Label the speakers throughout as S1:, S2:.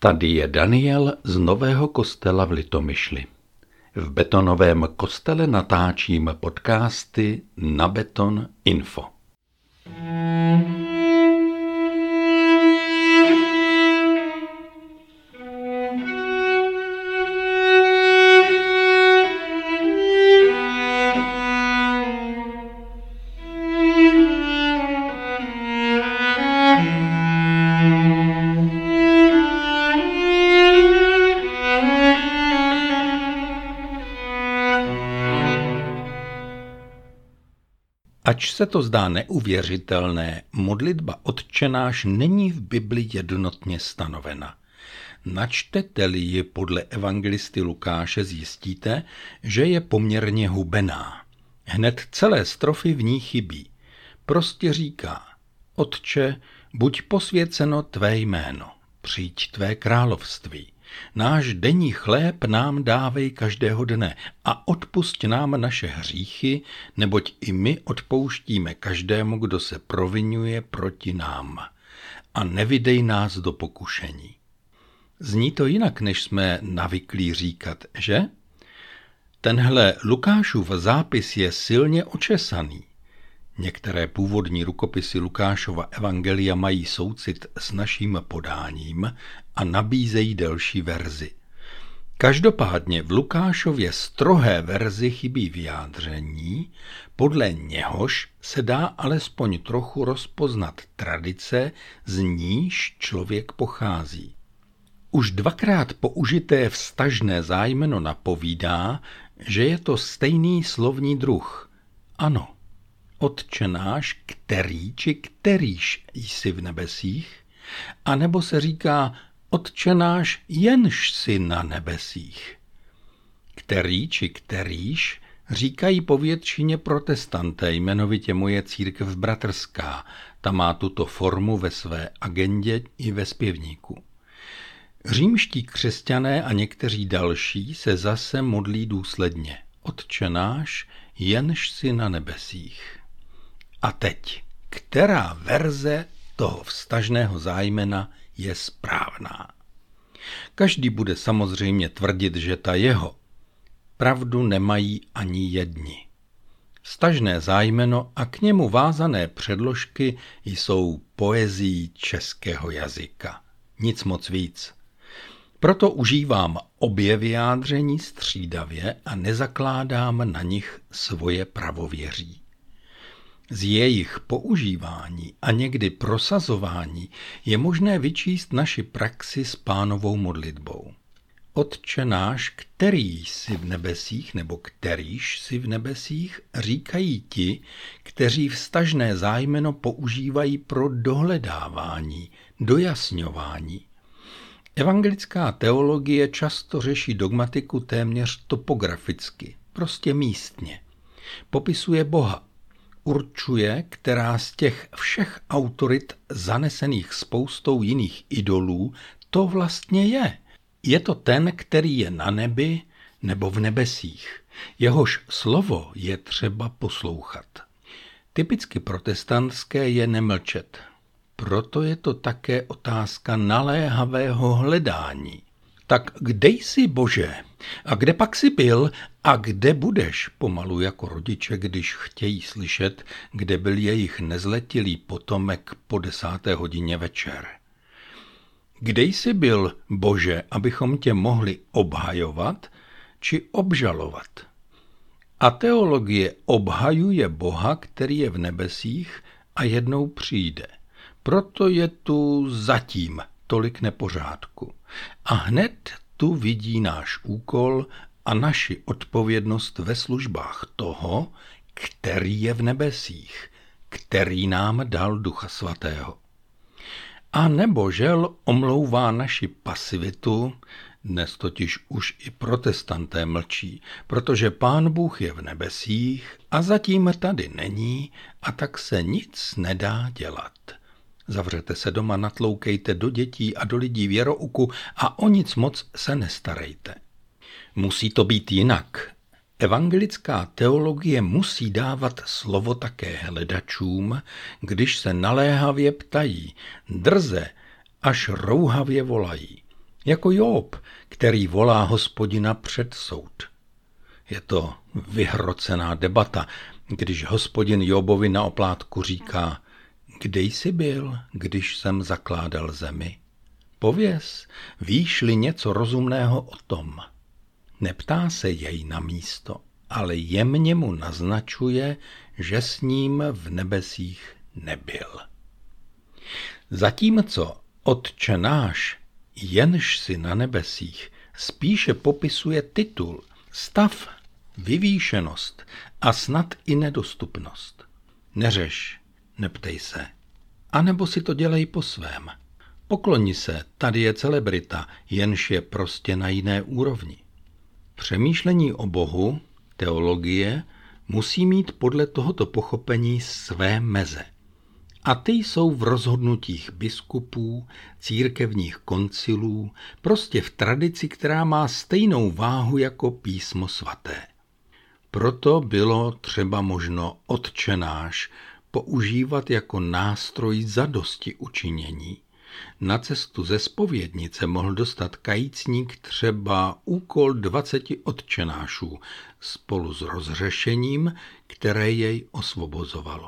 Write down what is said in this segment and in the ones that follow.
S1: Tady je Daniel z Nového Kostela v Litomyšli. V betonovém kostele natáčím podcasty Na Beton Info. Ač se to zdá neuvěřitelné, modlitba Otčenáš není v Bibli jednotně stanovena. Načtete-li ji podle evangelisty Lukáše, zjistíte, že je poměrně hubená. Hned celé strofy v ní chybí. Prostě říká: Otče, buď posvěceno tvé jméno, přijď tvé království. Náš denní chléb nám dávej každého dne a odpusť nám naše hříchy, neboť i my odpouštíme každému, kdo se proviňuje proti nám. A nevydej nás do pokušení. Zní to jinak, než jsme navyklí říkat, že? Tenhle Lukášův zápis je silně očesaný. Některé původní rukopisy Lukášova evangelia mají soucit s naším podáním a nabízejí delší verzi. Každopádně v Lukášově strohé verzi chybí vyjádření, podle něhož se dá alespoň trochu rozpoznat tradice, z níž člověk pochází. Už dvakrát použité vztažné zájmeno napovídá, že je to stejný slovní druh. Ano. Otče náš, který či kterýž jsi v nebesích, anebo se říká Otče náš, jenž jsi na nebesích. Který či kterýž říkají povětšině protestanté, jmenovitě Moje církev bratrská, ta má tuto formu ve své agendě i ve zpěvníku. Římští křesťané a někteří další se zase modlí důsledně Otče náš, jenž jsi na nebesích. A teď, která verze toho vztažného zájmena je správná? Každý bude samozřejmě tvrdit, že ta jeho. Pravdu nemají ani jedni. Vztažné zájmeno a k němu vázané předložky jsou poezií českého jazyka. Nic moc víc. Proto užívám obě vyjádření střídavě a nezakládám na nich svoje pravověří. Z jejich používání a někdy prosazování je možné vyčíst naši praxi s Pánovou modlitbou. Otče náš, který jsi v nebesích, nebo kterýž jsi v nebesích, říkají ti, kteří vztažné zájmeno používají pro dohledávání, dojasňování. Evangelická teologie často řeší dogmatiku téměř topograficky, prostě místně. Popisuje Boha. Určuje, která z těch všech autorit zanesených spoustou jiných idolů to vlastně je. Je to ten, který je na nebi nebo v nebesích. Jehož slovo je třeba poslouchat. Typicky protestantské je nemlčet. Proto je to také otázka naléhavého hledání. Tak kde jsi, Bože? A kde pak jsi byl? A kde budeš? Pomalu jako rodiče, když chtějí slyšet, kde byl jejich nezletilý potomek po 10. hodině večer. Kde jsi byl, Bože, abychom tě mohli obhajovat či obžalovat? A teologie obhajuje Boha, který je v nebesích a jednou přijde. Proto je tu zatím tolik nepořádku. A hned tu vidí náš úkol a naši odpovědnost ve službách toho, který je v nebesích, který nám dal Ducha Svatého. A nebo žel omlouvá naši pasivitu, dnes totiž už i protestanté mlčí, protože Pán Bůh je v nebesích a zatím tady není a tak se nic nedá dělat. Zavřete se doma, natloukejte do dětí a do lidí věrouku a o nic moc se nestarejte. Musí to být jinak. Evangelická teologie musí dávat slovo také hledačům, když se naléhavě ptají, drze až rouhavě volají. Jako Job, který volá Hospodina před soud. Je to vyhrocená debata, když Hospodin Jobovi na oplátku říká: kde jsi byl, když jsem zakládal zemi? Pověz, víš-li něco rozumného o tom. Neptá se jej na místo, ale jemně mu naznačuje, že s ním v nebesích nebyl. Zatímco Otče náš, jenž si na nebesích, spíše popisuje titul, stav, vyvýšenost a snad i nedostupnost. Neřeš, neptej se, anebo si to dělej po svém. Pokloni se, tady je celebrita, jenž je prostě na jiné úrovni. Přemýšlení o Bohu, teologie, musí mít podle tohoto pochopení své meze. A ty jsou v rozhodnutích biskupů, církevních koncilů, prostě v tradici, která má stejnou váhu jako písmo svaté. Proto bylo třeba možno Otče náš používat jako nástroj zadosti učinění. Na cestu ze zpovědnice mohl dostat kajícník třeba úkol 20 otčenášů spolu s rozřešením, které jej osvobozovalo.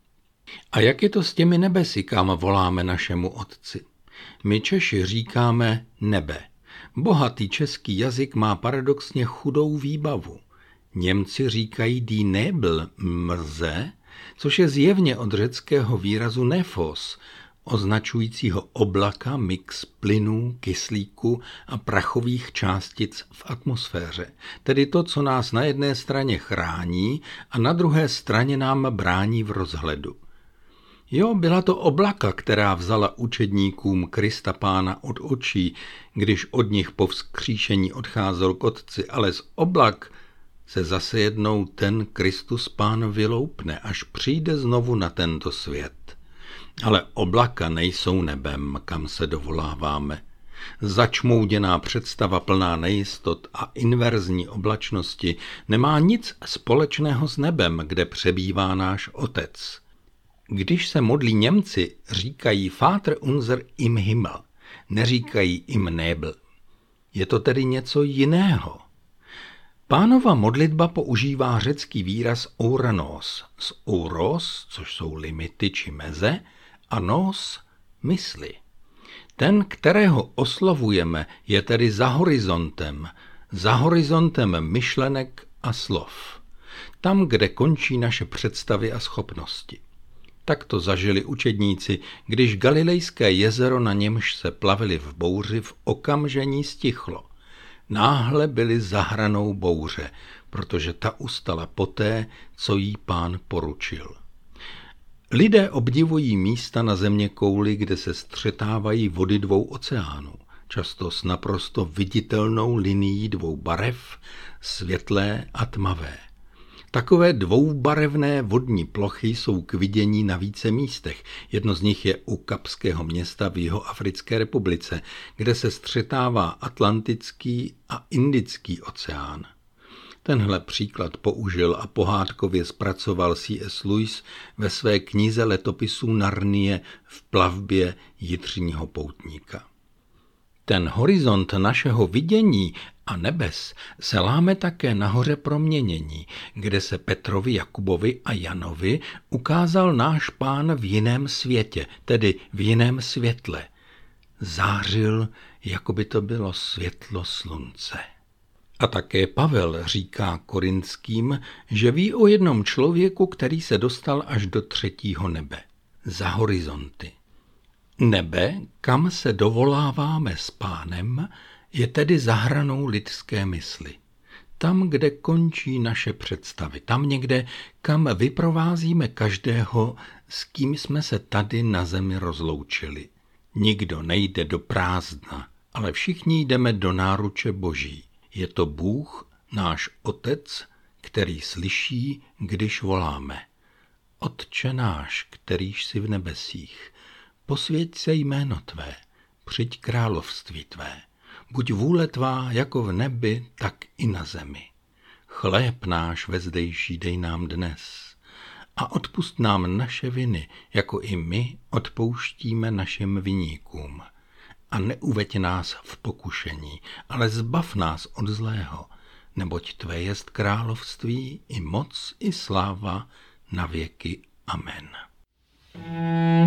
S1: A jak je to s těmi nebesy, kam voláme našemu Otci? My Češi říkáme nebe. Bohatý český jazyk má paradoxně chudou výbavu. Němci říkají die Nebel, mrze, což je zjevně od řeckého výrazu nefos, označujícího oblaka, mix plynů, kyslíku a prachových částic v atmosféře. Tedy to, co nás na jedné straně chrání a na druhé straně nám brání v rozhledu. Jo, byla to oblaka, která vzala učedníkům Krista Pána od očí, když od nich po vzkříšení odcházel k Otci, ale z oblak se zase jednou ten Kristus Pán vyloupne, až přijde znovu na tento svět. Ale oblaka nejsou nebem, kam se dovoláváme. Začmouděná představa plná nejistot a inverzní oblačnosti nemá nic společného s nebem, kde přebývá náš Otec. Když se modlí Němci, říkají Vater unser im Himmel, neříkají im Nebel. Je to tedy něco jiného. Pánova modlitba používá řecký výraz ouranos, z ouros, což jsou limity či meze, a nos, mysli. Ten, kterého oslovujeme, je tedy za horizontem myšlenek a slov. Tam, kde končí naše představy a schopnosti. Tak to zažili učedníci, když Galilejské jezero, na němž se plavili v bouři, v okamžení stichlo. Náhle byli za hranou bouře, protože ta ustala poté, co jí Pán poručil. Lidé obdivují místa na zeměkouli, kde se střetávají vody dvou oceánů, často s naprosto viditelnou linií dvou barev, světlé a tmavé. Takové dvoubarevné vodní plochy jsou k vidění na více místech. Jedno z nich je u Kapského města v Jihoafrické republice, kde se střetává Atlantický a Indický oceán. Tenhle příklad použil a pohádkově zpracoval C.S. Lewis ve své knize letopisů Narnie v plavbě Jitřního poutníka. Ten horizont našeho vidění a nebes se láme také na hoře proměnění, kde se Petrovi, Jakubovi a Janovi ukázal náš Pán v jiném světě, tedy v jiném světle. Zářil, jako by to bylo světlo slunce. A také Pavel říká Korinským, že ví o jednom člověku, který se dostal až do 3. nebe, za horizonty. Nebe, kam se dovoláváme s Pánem, je tedy za hranou lidské mysli. Tam, kde končí naše představy, tam někde, kam vyprovázíme každého, s kým jsme se tady na zemi rozloučili. Nikdo nejde do prázdna, ale všichni jdeme do náruče Boží. Je to Bůh, náš Otec, který slyší, když voláme. Otče náš, kterýž jsi v nebesích, posvěť se jméno tvé, přijď království tvé. Buď vůle tvá jako v nebi, tak i na zemi. Chléb náš vezdejší dej nám dnes a odpusť nám naše viny, jako i my odpouštíme našim viníkům. a neuveď nás v pokušení, ale zbav nás od zlého, neboť tvé jest království i moc i sláva na věky. Amen.